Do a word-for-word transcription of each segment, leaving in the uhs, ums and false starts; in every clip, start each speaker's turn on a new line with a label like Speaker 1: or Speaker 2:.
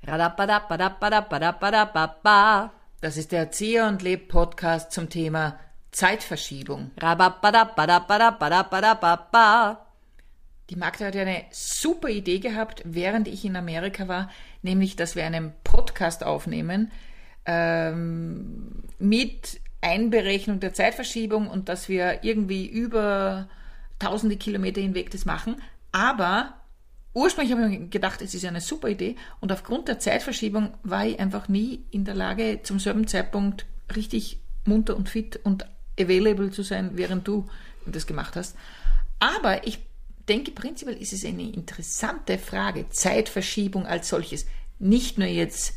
Speaker 1: Radabadabadabadabadabadababa.
Speaker 2: Das ist der Erzieher und Leb Podcast zum Thema Zeitverschiebung.
Speaker 1: Rababadabadabadabadabadababa.
Speaker 2: Die Magda hat ja eine super Idee gehabt, während ich in Amerika war, nämlich, dass wir einen Podcast aufnehmen ähm, mit Einberechnung der Zeitverschiebung und dass wir irgendwie über tausende Kilometer hinweg das machen. Aber ursprünglich habe ich mir gedacht, es ist eine super Idee und aufgrund der Zeitverschiebung war ich einfach nie in der Lage, zum selben Zeitpunkt richtig munter und fit und available zu sein, während du das gemacht hast. Aber ich denke, prinzipiell ist es eine interessante Frage, Zeitverschiebung als solches. Nicht nur jetzt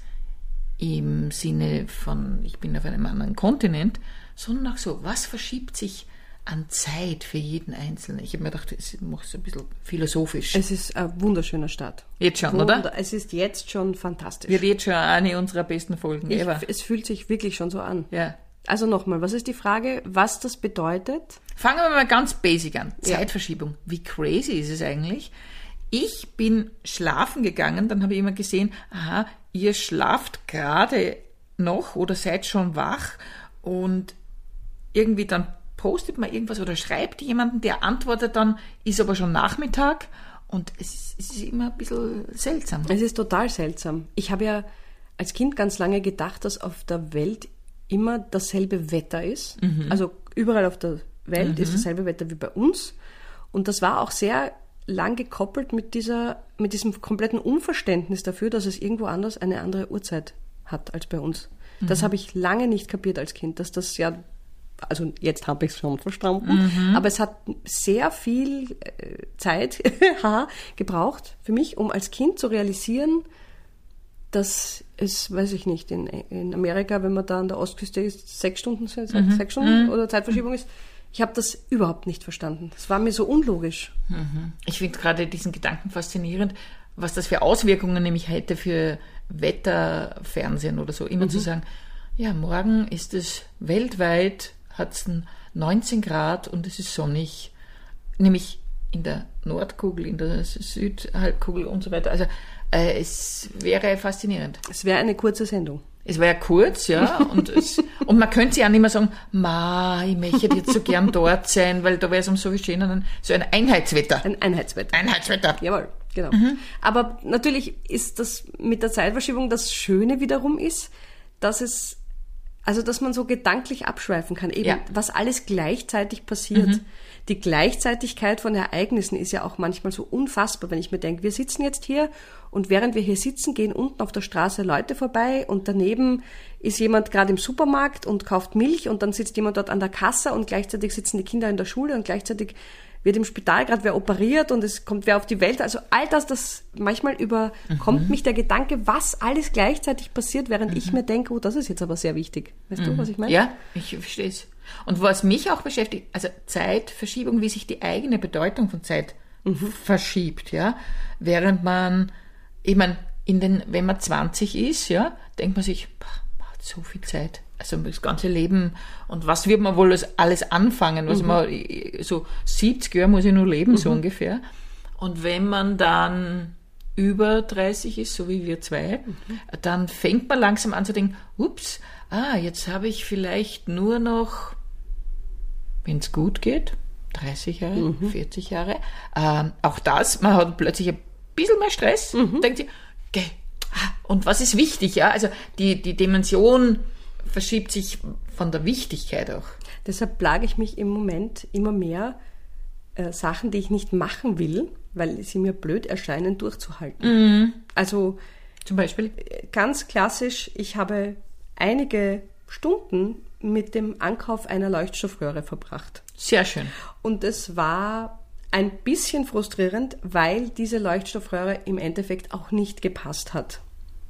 Speaker 2: im Sinne von, ich bin auf einem anderen Kontinent, sondern auch so, was verschiebt sich an Zeit für jeden Einzelnen? Ich habe mir gedacht, ich mache es ein bisschen philosophisch.
Speaker 1: Es ist ein wunderschöner Start.
Speaker 2: Jetzt schon,
Speaker 1: Wunder,
Speaker 2: oder?
Speaker 1: Es ist jetzt schon fantastisch.
Speaker 2: Wird jetzt schon eine unserer besten Folgen
Speaker 1: ich,
Speaker 2: ever.
Speaker 1: Es fühlt sich wirklich schon so an.
Speaker 2: Ja.
Speaker 1: Also nochmal, was ist die Frage, was das bedeutet?
Speaker 2: Fangen wir mal ganz basic an. Zeitverschiebung. Wie crazy ist es eigentlich? Ich bin schlafen gegangen, dann habe ich immer gesehen, aha, ihr schlaft gerade noch oder seid schon wach und irgendwie dann postet man irgendwas oder schreibt jemanden, der antwortet dann, ist aber schon Nachmittag und es ist, es ist immer ein bisschen seltsam.
Speaker 1: Es ist total seltsam. Ich habe ja als Kind ganz lange gedacht, dass auf der Welt immer dasselbe Wetter ist. Mhm. Also überall auf der Welt mhm. ist dasselbe Wetter wie bei uns. Und das war auch sehr lang gekoppelt mit dieser, mit diesem kompletten Unverständnis dafür, dass es irgendwo anders eine andere Uhrzeit hat als bei uns. Mhm. Das habe ich lange nicht kapiert als Kind, dass das ja, also jetzt habe ich es schon verstanden, mhm. aber es hat sehr viel Zeit gebraucht für mich, um als Kind zu realisieren, dass es, weiß ich nicht, in, in Amerika, wenn man da an der Ostküste ist, sechs Stunden, mhm. sechs Stunden mhm. oder Zeitverschiebung ist. Ich habe das überhaupt nicht verstanden. Das war mir so unlogisch.
Speaker 2: Mhm. Ich finde gerade diesen Gedanken faszinierend, was das für Auswirkungen nämlich hätte für Wetterfernsehen oder so. Immer mhm. zu sagen, ja, morgen ist es weltweit, hat es neunzehn Grad und es ist sonnig. Nämlich in der Nordkugel, in der Südhalbkugel und so weiter. Also äh, es wäre faszinierend.
Speaker 1: Es wäre eine kurze Sendung.
Speaker 2: Es war ja kurz, ja, und, es, und man könnte sich auch nicht mehr sagen, ma, ich möchte jetzt so gern dort sein, weil da wäre es um so viel schöner, so ein Einheitswetter.
Speaker 1: Ein Einheitswetter.
Speaker 2: Einheitswetter.
Speaker 1: Jawohl, genau. Mhm. Aber natürlich ist das mit der Zeitverschiebung das Schöne wiederum ist, dass es, also dass man so gedanklich abschweifen kann, eben ja. was alles gleichzeitig passiert. Mhm. Die Gleichzeitigkeit von Ereignissen ist ja auch manchmal so unfassbar, wenn ich mir denke, wir sitzen jetzt hier und während wir hier sitzen, gehen unten auf der Straße Leute vorbei und daneben ist jemand gerade im Supermarkt und kauft Milch und dann sitzt jemand dort an der Kasse und gleichzeitig sitzen die Kinder in der Schule und gleichzeitig wird im Spital gerade wer operiert und es kommt wer auf die Welt. Also all das, das manchmal überkommt mhm. mich der Gedanke, was alles gleichzeitig passiert, während mhm. ich mir denke, oh, das ist jetzt aber sehr wichtig. Weißt mhm. du, was ich meine?
Speaker 2: Ja, ich verstehe es. Und was mich auch beschäftigt, also Zeitverschiebung, wie sich die eigene Bedeutung von Zeit mhm. verschiebt, ja. Während man, ich meine, in den, wenn man zwanzig ist, ja, denkt man sich, man hat so viel Zeit, also das ganze Leben und was wird man wohl alles anfangen, was mhm. man, so siebzig Jahre muss ich nur leben, mhm. so ungefähr. Und wenn man dann über dreißig ist, so wie wir zwei, mhm. dann fängt man langsam an zu denken, ups, ah, jetzt habe ich vielleicht nur noch, wenn es gut geht, dreißig Jahre, mhm. vierzig Jahre. Ähm, auch das, man hat plötzlich ein bisschen mehr Stress, mhm. denkt sich, okay, und was ist wichtig? Ja? Also die, die Dimension verschiebt sich von der Wichtigkeit auch.
Speaker 1: Deshalb plage ich mich im Moment immer mehr, äh, Sachen, die ich nicht machen will, weil sie mir blöd erscheinen, durchzuhalten.
Speaker 2: Mhm.
Speaker 1: Also
Speaker 2: zum Beispiel?
Speaker 1: Ganz klassisch, ich habe einige Stunden mit dem Ankauf einer Leuchtstoffröhre verbracht.
Speaker 2: Sehr schön.
Speaker 1: Und es war ein bisschen frustrierend, weil diese Leuchtstoffröhre im Endeffekt auch nicht gepasst hat.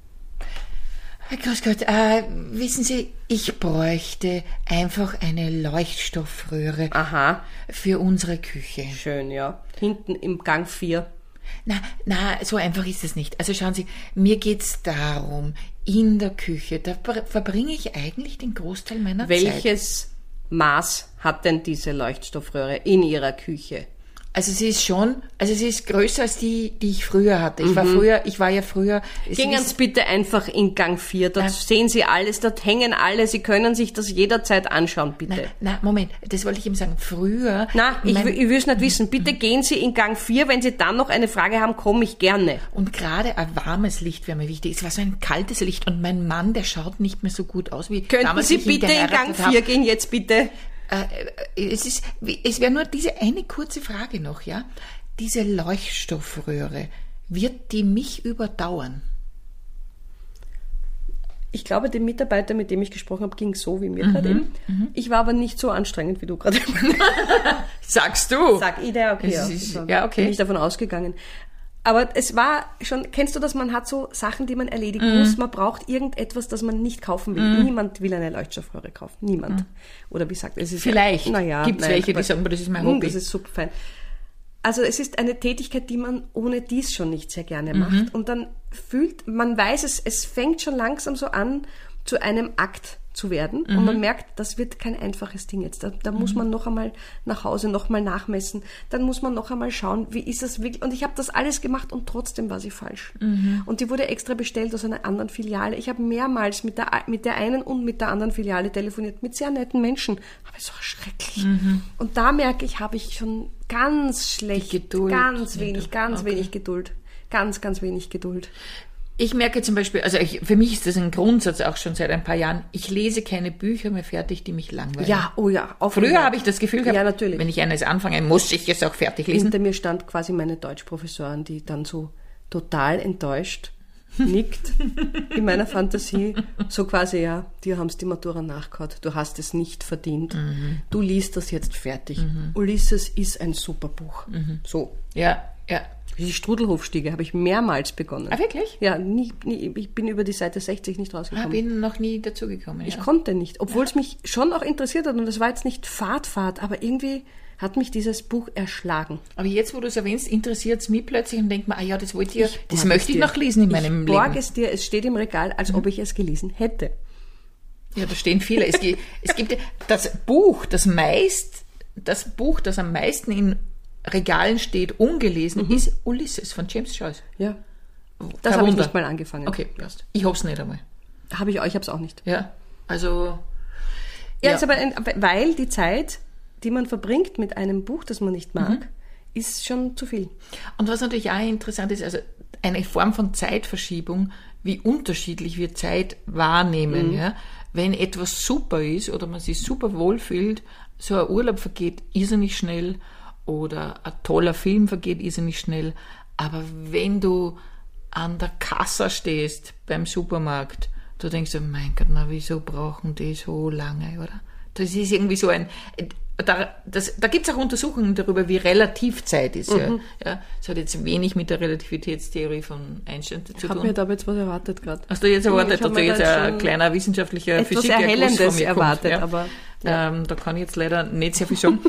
Speaker 2: Grüß Gott, äh, wissen Sie, ich bräuchte einfach eine Leuchtstoffröhre
Speaker 1: Aha.
Speaker 2: für unsere Küche.
Speaker 1: Schön, ja. Hinten im Gang vier.
Speaker 2: Na, na, so einfach ist es nicht. Also schauen Sie, mir geht's darum, in der Küche, da verbringe ich eigentlich den Großteil meiner
Speaker 1: Welches
Speaker 2: Zeit.
Speaker 1: Welches Maß hat denn diese Leuchtstoffröhre in Ihrer Küche?
Speaker 2: Also sie ist schon, also sie ist größer als die, die ich früher hatte. Ich war früher, ich war ja früher...
Speaker 1: Gehen Sie bitte einfach in Gang vier, dort ja. sehen Sie alles, dort hängen alle, Sie können sich das jederzeit anschauen, bitte.
Speaker 2: Na, na Moment, das wollte ich eben sagen. Früher...
Speaker 1: Na, ich, mein, ich will es nicht wissen. Bitte gehen Sie in Gang vier, wenn Sie dann noch eine Frage haben, komme ich gerne.
Speaker 2: Und gerade ein warmes Licht wäre mir wichtig. Es war so ein kaltes Licht und mein Mann, der schaut nicht mehr so gut aus wie
Speaker 1: Könnten
Speaker 2: damals.
Speaker 1: Sie bitte in Gang vier gehen, jetzt bitte?
Speaker 2: Äh, es ist, es wäre nur diese eine kurze Frage noch, ja. Diese Leuchtstoffröhre, wird die mich überdauern?
Speaker 1: Ich glaube, dem Mitarbeiter, mit dem ich gesprochen habe, ging es so wie mir mhm, gerade eben. Mhm. Ich war aber nicht so anstrengend, wie du gerade.
Speaker 2: Sagst du?
Speaker 1: Sag ich dir, okay.
Speaker 2: Ja, ist, ja, okay.
Speaker 1: Bin ich davon ausgegangen. Aber es war schon, kennst du das, man hat so Sachen, die man erledigen mm. muss, man braucht irgendetwas, das man nicht kaufen will. Mm. Niemand will eine Leuchtstoffröhre kaufen. Niemand. Mm. Oder wie sagt es? Ist
Speaker 2: Vielleicht.
Speaker 1: Ja, naja,
Speaker 2: gibt es welche, die sagen, das ist mein Hobby.
Speaker 1: Das ist super fein. Also es ist eine Tätigkeit, die man ohne dies schon nicht sehr gerne macht. Mhm. Und dann fühlt, man weiß es, es fängt schon langsam so an, zu einem Akt zu werden. Mhm. Und man merkt, das wird kein einfaches Ding jetzt. Da, da mhm. muss man noch einmal nach Hause, noch mal nachmessen. Dann muss man noch einmal schauen, wie ist das wirklich. Und ich habe das alles gemacht und trotzdem war sie falsch. Mhm. Und die wurde extra bestellt aus einer anderen Filiale. Ich habe mehrmals mit der, mit der einen und mit der anderen Filiale telefoniert, mit sehr netten Menschen. Aber es war schrecklich. Mhm. Und da merke ich, habe ich schon ganz schlecht,
Speaker 2: Geduld.
Speaker 1: ganz wenig, ganz okay. wenig Geduld. Ganz, ganz wenig Geduld.
Speaker 2: Ich merke zum Beispiel, also ich, für mich ist das ein Grundsatz auch schon seit ein paar Jahren, ich lese keine Bücher mehr fertig, die mich langweilen.
Speaker 1: Ja, oh ja.
Speaker 2: Früher habe ich das Gefühl gehabt,
Speaker 1: ja, natürlich.
Speaker 2: wenn ich eines anfange, muss ich es auch fertig lesen.
Speaker 1: Hinter mir stand quasi meine Deutschprofessorin, die dann so total enttäuscht nickt in meiner Fantasie. So quasi, ja, dir haben es die Matura nachgehauen, du hast es nicht verdient. Mhm. Du liest das jetzt fertig. Mhm. Ulysses ist ein super Buch. Mhm. So.
Speaker 2: Ja, ja.
Speaker 1: Die Strudelhofstiege habe ich mehrmals begonnen.
Speaker 2: Ah, wirklich?
Speaker 1: Ja, nie, nie, ich bin über die Seite sechzig nicht rausgekommen.
Speaker 2: Ah, bin noch nie dazugekommen. Ja.
Speaker 1: Ich konnte nicht, obwohl es mich schon auch interessiert hat und es war jetzt nicht Fahrt-Fahrt, aber irgendwie hat mich dieses Buch erschlagen.
Speaker 2: Aber jetzt, wo du es erwähnst, interessiert es mich plötzlich und denkt mir, ah ja, das wollte ich, ich das möchte ich noch lesen in meinem Leben.
Speaker 1: Ich borge es dir, es steht im Regal, als mhm. ob ich es gelesen hätte.
Speaker 2: Ja, da stehen viele. es, gibt, es gibt das Buch, das meist, das Buch, das am meisten in Regalen steht, ungelesen, mhm. ist Ulysses von James Joyce.
Speaker 1: Ja. Das habe ich nicht mal angefangen.
Speaker 2: Okay, passt. Ich hoffe es nicht einmal.
Speaker 1: Habe ich euch, ich habe es auch nicht.
Speaker 2: Ja, also...
Speaker 1: Ja, ja. Ist aber ein, weil die Zeit, die man verbringt mit einem Buch, das man nicht mag, mhm. ist schon zu viel.
Speaker 2: Und was natürlich auch interessant ist, also eine Form von Zeitverschiebung, wie unterschiedlich wir Zeit wahrnehmen. Mhm. Ja? Wenn etwas super ist oder man sich super wohlfühlt, so ein Urlaub vergeht irrsinnig schnell, oder ein toller Film vergeht irrsinnig schnell. Aber wenn du an der Kasse stehst beim Supermarkt, du denkst, oh mein Gott, na wieso brauchen die so lange, oder? Das ist irgendwie so ein... Da, das, da gibt es auch Untersuchungen darüber, wie relativ Zeit ist. Mhm. Ja. Ja, das hat jetzt wenig mit der Relativitätstheorie von Einstein zu tun.
Speaker 1: Ich habe mir da jetzt was erwartet gerade.
Speaker 2: Hast du jetzt erwartet, dass du jetzt ein kleiner wissenschaftlicher Physik
Speaker 1: von mir erwartet,
Speaker 2: ja.
Speaker 1: aber
Speaker 2: ja. Ähm, da kann ich jetzt leider nicht sehr viel sagen.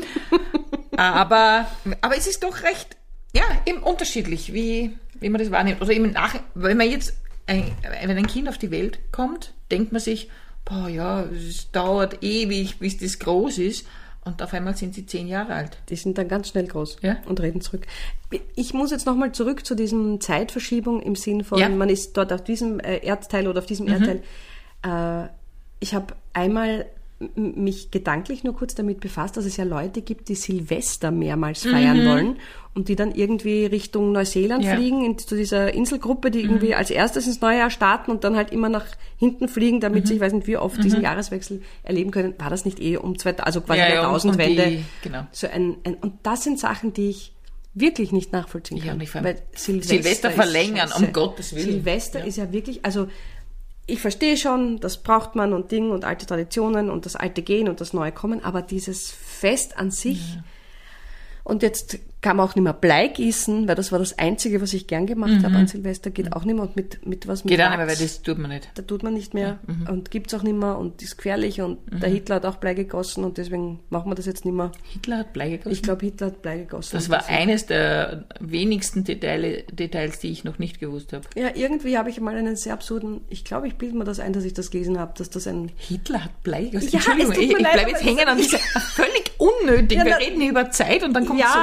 Speaker 2: aber, aber es ist doch recht, ja, eben unterschiedlich, wie, wie man das wahrnimmt. Oder eben nach, wenn man jetzt, ein, wenn ein Kind auf die Welt kommt, denkt man sich, boah, ja, es dauert ewig, bis das groß ist. Und auf einmal sind sie zehn Jahre alt.
Speaker 1: Die sind dann ganz schnell groß
Speaker 2: ja?
Speaker 1: und reden zurück. Ich muss jetzt nochmal zurück zu diesem Zeitverschiebung im Sinn von, ja. man ist dort auf diesem Erdteil oder auf diesem mhm. Erdteil. Äh, ich habe einmal mich gedanklich nur kurz damit befasst, dass es ja Leute gibt, die Silvester mehrmals feiern mhm. wollen und die dann irgendwie Richtung Neuseeland ja. fliegen, in, zu dieser Inselgruppe, die mhm. irgendwie als erstes ins neue Jahr starten und dann halt immer nach hinten fliegen, damit mhm. sie, ich weiß nicht wie oft, mhm. diesen Jahreswechsel erleben können. War das nicht eh um zweitausend, also quasi
Speaker 2: ja,
Speaker 1: der
Speaker 2: ja,
Speaker 1: Tausendwende?
Speaker 2: Um die, genau.
Speaker 1: So ein, ein, und das sind Sachen, die ich wirklich nicht nachvollziehen kann.
Speaker 2: Ja, weil Silvester, Silvester verlängern, um Gottes Willen.
Speaker 1: Silvester ja. ist ja wirklich, also ich verstehe schon, das braucht man und Ding und alte Traditionen und das alte gehen und das neue kommen, aber dieses Fest an sich ja. und jetzt kann man auch nicht mehr Blei gießen, weil das war das Einzige, was ich gern gemacht mhm. habe an Silvester, geht auch nicht mehr und mit, mit was mit
Speaker 2: Geht auch nicht mehr, weil das tut man nicht.
Speaker 1: Da tut man nicht mehr
Speaker 2: ja. mhm.
Speaker 1: und gibt's auch nicht mehr und ist gefährlich und mhm. der Hitler hat auch Blei gegossen und deswegen machen wir das jetzt nicht mehr.
Speaker 2: Hitler hat Blei gegossen?
Speaker 1: Ich glaube, Hitler hat Blei gegossen.
Speaker 2: Das war eines der wenigsten Detail, Details, die ich noch nicht gewusst habe.
Speaker 1: Ja, irgendwie habe ich mal einen sehr absurden, ich glaube, ich bilde mir das ein, dass ich das gelesen habe, dass das ein...
Speaker 2: Hitler hat Blei gegossen?
Speaker 1: Ja,
Speaker 2: Entschuldigung, ich, ich bleibe jetzt hängen an dieser völlig unnötig. Ja, wir na, reden über Zeit und dann kommt ja, sowas hinein.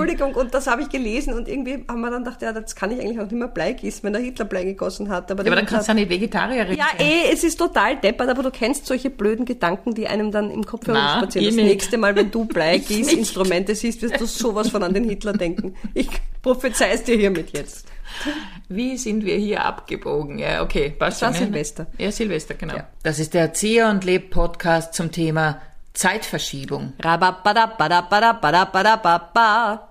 Speaker 1: Entschuldigung, und das habe ich gelesen und irgendwie haben wir dann gedacht, ja, das kann ich eigentlich auch nicht mehr Blei gießen, wenn der Hitler Blei gegossen hat. Aber,
Speaker 2: ja, aber dann kannst du auch nicht Vegetarierin
Speaker 1: ja,
Speaker 2: sein.
Speaker 1: Ja, eh, es ist total deppert, aber du kennst solche blöden Gedanken, die einem dann im Kopf herumspazieren. Das
Speaker 2: nicht.
Speaker 1: nächste Mal, wenn du Bleigießinstrumente siehst, wirst du sowas von an den Hitler denken. Ich prophezei es dir hiermit jetzt.
Speaker 2: Wie sind wir hier abgebogen? Ja, okay, passt
Speaker 1: das war
Speaker 2: schon.
Speaker 1: Silvester.
Speaker 2: Ja, Silvester, genau.
Speaker 1: Ja.
Speaker 2: Das ist der Erzieher und Leb Podcast zum Thema Zeitverschiebung.
Speaker 1: Rababadabadabadabadabadababa.